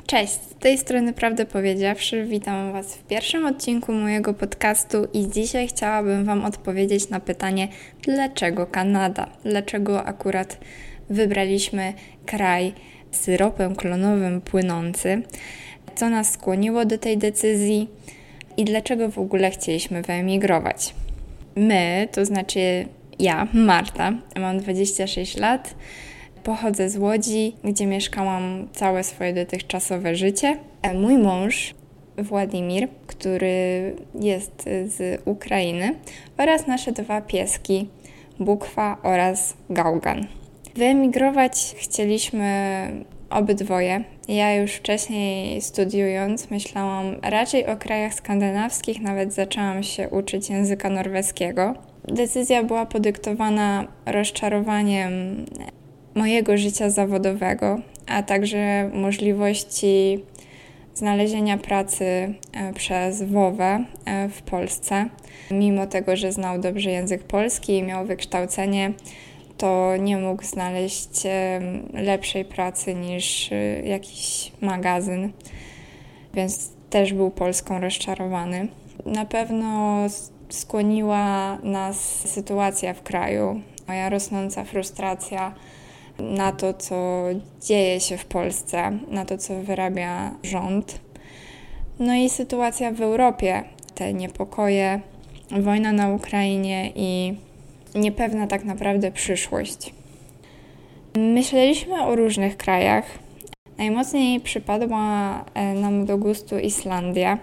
Cześć, z tej strony Prawdę Powiedziawszy, witam Was w pierwszym odcinku mojego podcastu i dzisiaj chciałabym Wam odpowiedzieć na pytanie, dlaczego Kanada? Dlaczego akurat wybraliśmy kraj z ropem klonowym płynący? Co nas skłoniło do tej decyzji i dlaczego w ogóle chcieliśmy wyemigrować? My, to znaczy ja, Marta, mam 26 lat, pochodzę z Łodzi, gdzie mieszkałam całe swoje dotychczasowe życie. Mój mąż, Władimir, który jest z Ukrainy, oraz nasze dwa pieski, Bukwa oraz Gałgan. Wyemigrować chcieliśmy obydwoje. Ja już wcześniej studiując myślałam raczej o krajach skandynawskich, nawet zaczęłam się uczyć języka norweskiego. Decyzja była podyktowana rozczarowaniem mojego życia zawodowego, a także możliwości znalezienia pracy przez WOWE w Polsce. Mimo tego, że znał dobrze język polski i miał wykształcenie, to nie mógł znaleźć lepszej pracy niż jakiś magazyn, więc też był Polską rozczarowany. Na pewno skłoniła nas sytuacja w kraju, moja rosnąca frustracja na to, co dzieje się w Polsce, na to, co wyrabia rząd. No i sytuacja w Europie, te niepokoje, wojna na Ukrainie i niepewna tak naprawdę przyszłość. Myśleliśmy o różnych krajach. Najmocniej przypadła nam do gustu Islandia.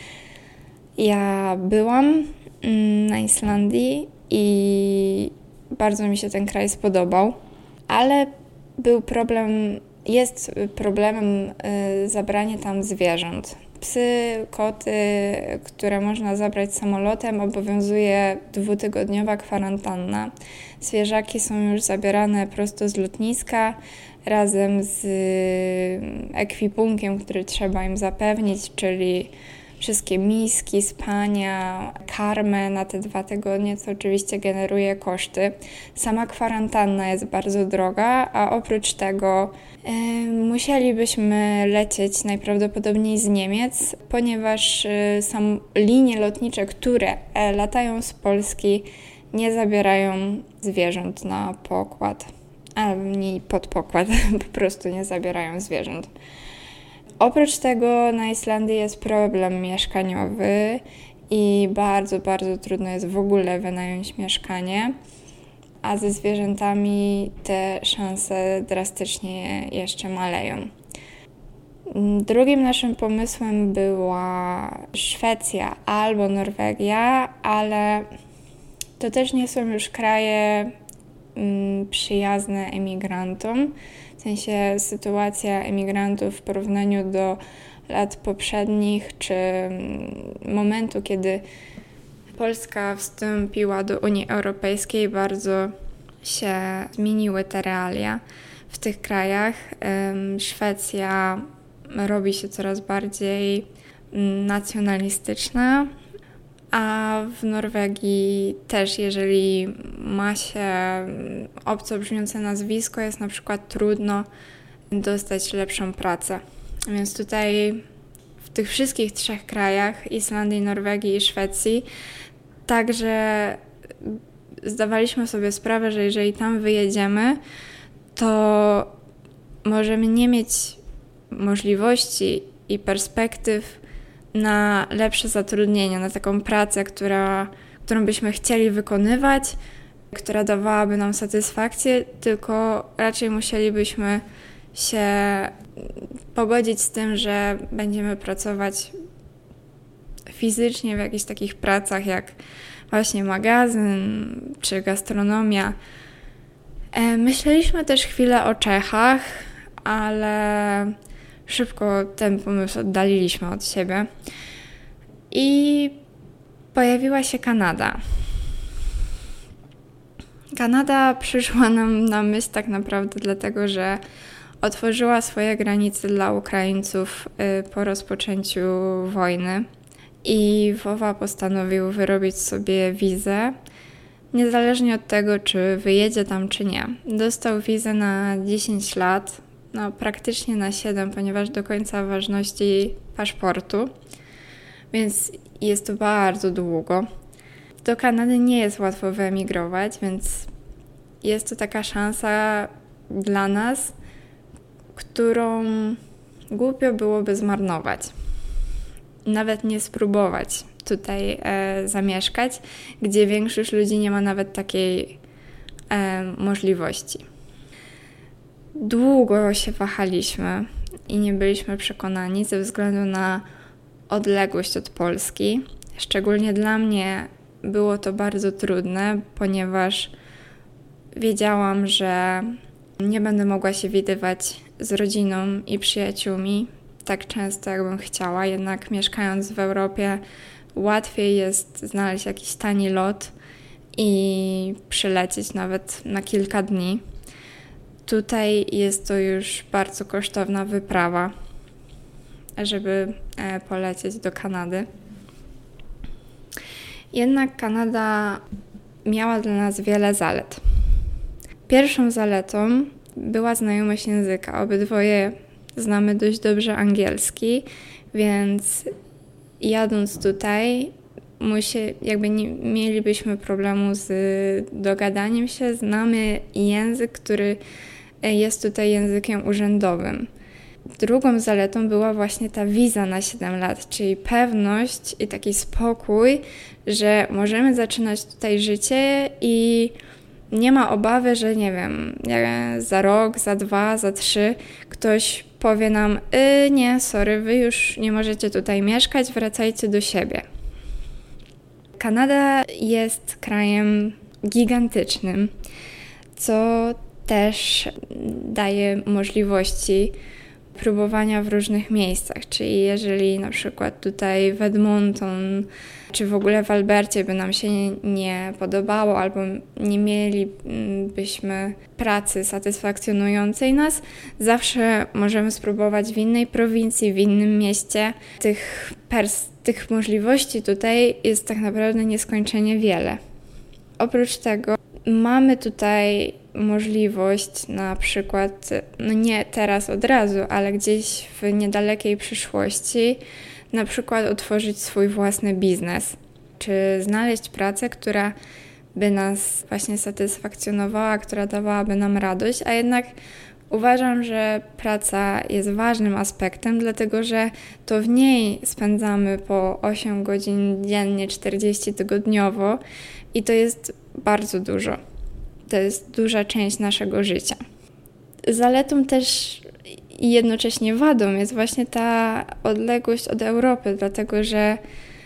Ja byłam na Islandii i bardzo mi się ten kraj spodobał, ale jest problemem zabranie tam zwierząt. Psy, koty, które można zabrać samolotem, obowiązuje 2-tygodniowa kwarantanna. Zwierzaki są już zabierane prosto z lotniska razem z ekwipunkiem, który trzeba im zapewnić, czyli wszystkie miski, spania, karmę na te 2 tygodnie, co oczywiście generuje koszty. Sama kwarantanna jest bardzo droga, a oprócz tego musielibyśmy lecieć najprawdopodobniej z Niemiec, ponieważ linie lotnicze, które latają z Polski, nie zabierają zwierząt na pokład, albo nie pod pokład, po prostu nie zabierają zwierząt. Oprócz tego na Islandii jest problem mieszkaniowy i bardzo, bardzo trudno jest w ogóle wynająć mieszkanie, a ze zwierzętami te szanse drastycznie jeszcze maleją. Drugim naszym pomysłem była Szwecja albo Norwegia, ale to też nie są już kraje przyjazne emigrantom. W sensie sytuacja emigrantów w porównaniu do lat poprzednich, czy momentu, kiedy Polska wstąpiła do Unii Europejskiej, bardzo się zmieniły te realia w tych krajach. Szwecja robi się coraz bardziej nacjonalistyczna, a w Norwegii też, jeżeli ma się obco brzmiące nazwisko, jest na przykład trudno dostać lepszą pracę. Więc tutaj w tych wszystkich 3 krajach, Islandii, Norwegii i Szwecji, także zdawaliśmy sobie sprawę, że jeżeli tam wyjedziemy, to możemy nie mieć możliwości i perspektyw na lepsze zatrudnienie, na taką pracę, którą byśmy chcieli wykonywać, która dawałaby nam satysfakcję, tylko raczej musielibyśmy się pogodzić z tym, że będziemy pracować fizycznie w jakichś takich pracach jak właśnie magazyn czy gastronomia. Myśleliśmy też chwilę o Czechach, ale szybko ten pomysł oddaliliśmy od siebie i pojawiła się Kanada. Kanada przyszła nam na myśl tak naprawdę dlatego, że otworzyła swoje granice dla Ukraińców po rozpoczęciu wojny i WOWA postanowił wyrobić sobie wizę, niezależnie od tego, czy wyjedzie tam, czy nie. Dostał wizę na 10 lat praktycznie na 7, ponieważ do końca ważności paszportu, więc jest to bardzo długo. Do Kanady nie jest łatwo wyemigrować, więc jest to taka szansa dla nas, którą głupio byłoby zmarnować. Nawet nie spróbować tutaj zamieszkać, gdzie większość ludzi nie ma nawet takiej możliwości. Długo się wahaliśmy i nie byliśmy przekonani ze względu na odległość od Polski. Szczególnie dla mnie było to bardzo trudne, ponieważ wiedziałam, że nie będę mogła się widywać z rodziną i przyjaciółmi tak często, jakbym chciała. Jednak mieszkając w Europie łatwiej jest znaleźć jakiś tani lot i przylecieć nawet na kilka dni. Tutaj jest to już bardzo kosztowna wyprawa, żeby polecieć do Kanady. Jednak Kanada miała dla nas wiele zalet. Pierwszą zaletą była znajomość języka. Obydwoje znamy dość dobrze angielski, więc jadąc tutaj nie mielibyśmy problemu z dogadaniem się. Znamy język, który jest tutaj językiem urzędowym. Drugą zaletą była właśnie ta wiza na 7 lat, czyli pewność i taki spokój, że możemy zaczynać tutaj życie i nie ma obawy, że za rok, za 2, za 3 ktoś powie nam nie, sorry, wy już nie możecie tutaj mieszkać, wracajcie do siebie. Kanada jest krajem gigantycznym, co też daje możliwości próbowania w różnych miejscach, czyli jeżeli na przykład tutaj w Edmonton czy w ogóle w Albercie by nam się nie podobało albo nie mielibyśmy pracy satysfakcjonującej nas, zawsze możemy spróbować w innej prowincji, w innym mieście. Tych możliwości tutaj jest tak naprawdę nieskończenie wiele. Oprócz tego mamy tutaj możliwość na przykład, nie teraz od razu, ale gdzieś w niedalekiej przyszłości na przykład otworzyć swój własny biznes, czy znaleźć pracę, która by nas właśnie satysfakcjonowała, która dawałaby nam radość, a jednak uważam, że praca jest ważnym aspektem, dlatego że to w niej spędzamy po 8 godzin dziennie, 40 tygodniowo i to jest bardzo dużo. To jest duża część naszego życia. Zaletą też i jednocześnie wadą jest właśnie ta odległość od Europy, dlatego że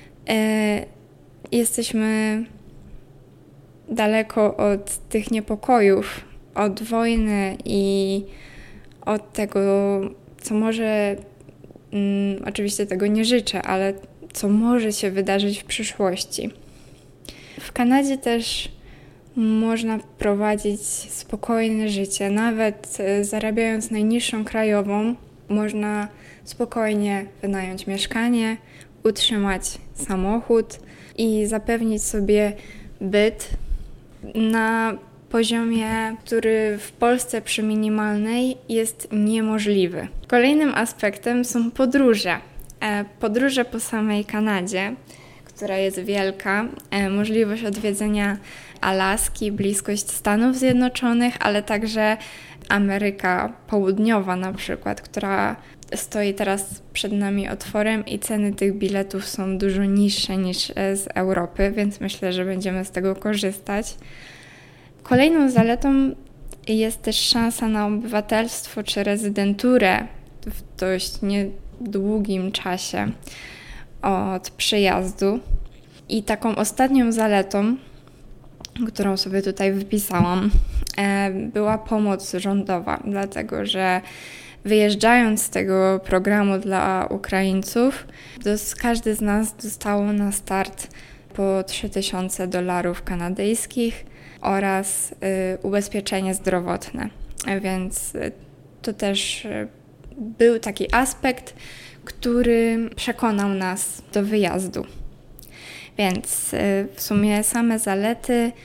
jesteśmy daleko od tych niepokojów, od wojny i od tego, co może, oczywiście tego nie życzę, ale co może się wydarzyć w przyszłości. W Kanadzie też można prowadzić spokojne życie, nawet zarabiając najniższą krajową, można spokojnie wynająć mieszkanie, utrzymać samochód i zapewnić sobie byt na poziomie, który w Polsce przy minimalnej jest niemożliwy. Kolejnym aspektem są podróże. Podróże po samej Kanadzie, która jest wielka, możliwość odwiedzenia Alaski, bliskość Stanów Zjednoczonych, ale także Ameryka Południowa na przykład, która stoi teraz przed nami otworem i ceny tych biletów są dużo niższe niż z Europy, więc myślę, że będziemy z tego korzystać. Kolejną zaletą jest też szansa na obywatelstwo czy rezydenturę w dość niedługim czasie od przyjazdu. I taką ostatnią zaletą, którą sobie tutaj wypisałam, była pomoc rządowa, dlatego że wyjeżdżając z tego programu dla Ukraińców, każdy z nas dostało na start po $3000 kanadyjskich oraz ubezpieczenie zdrowotne. Więc to też był taki aspekt, który przekonał nas do wyjazdu. Więc w sumie same zalety,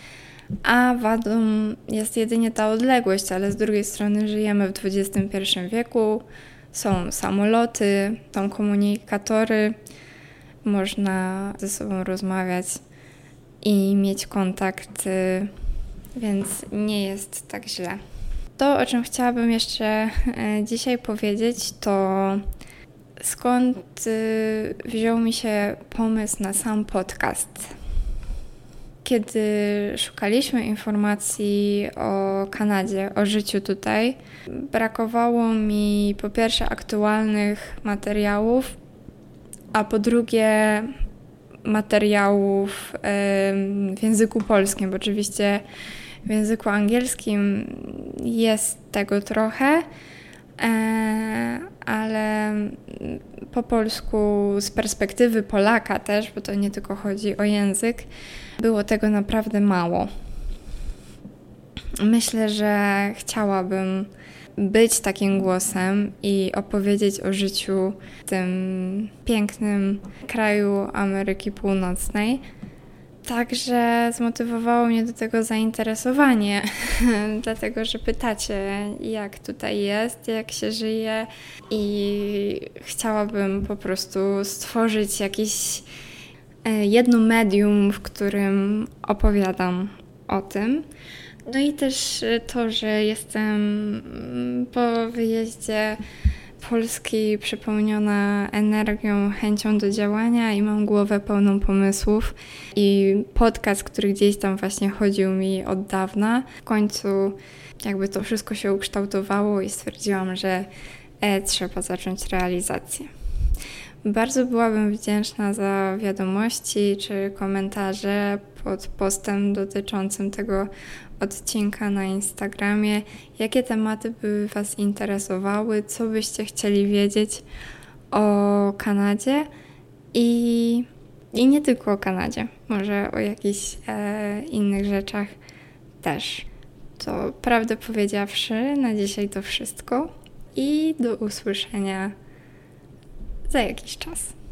a wadą jest jedynie ta odległość, ale z drugiej strony żyjemy w XXI wieku, są samoloty, są komunikatory, można ze sobą rozmawiać i mieć kontakt, więc nie jest tak źle. To, o czym chciałabym jeszcze dzisiaj powiedzieć, to skąd wziął mi się pomysł na sam podcast. Kiedy szukaliśmy informacji o Kanadzie, o życiu tutaj, brakowało mi po pierwsze aktualnych materiałów, a po drugie materiałów w języku polskim, bo oczywiście w języku angielskim jest tego trochę, ale po polsku z perspektywy Polaka też, bo to nie tylko chodzi o język, było tego naprawdę mało. Myślę, że chciałabym być takim głosem i opowiedzieć o życiu w tym pięknym kraju Ameryki Północnej. Także zmotywowało mnie do tego zainteresowanie, dlatego że pytacie, jak tutaj jest, jak się żyje i chciałabym po prostu stworzyć jakieś jedno medium, w którym opowiadam o tym. No i też to, że jestem po wyjeździe Polski przepełniona energią, chęcią do działania i mam głowę pełną pomysłów i podcast, który gdzieś tam właśnie chodził mi od dawna. W końcu jakby to wszystko się ukształtowało i stwierdziłam, że trzeba zacząć realizację. Bardzo byłabym wdzięczna za wiadomości czy komentarze pod postem dotyczącym tego odcinka na Instagramie. Jakie tematy by Was interesowały? Co byście chcieli wiedzieć o Kanadzie? I nie tylko o Kanadzie. Może o jakichś innych rzeczach też. To prawdę powiedziawszy, na dzisiaj to wszystko. I do usłyszenia za jakiś czas.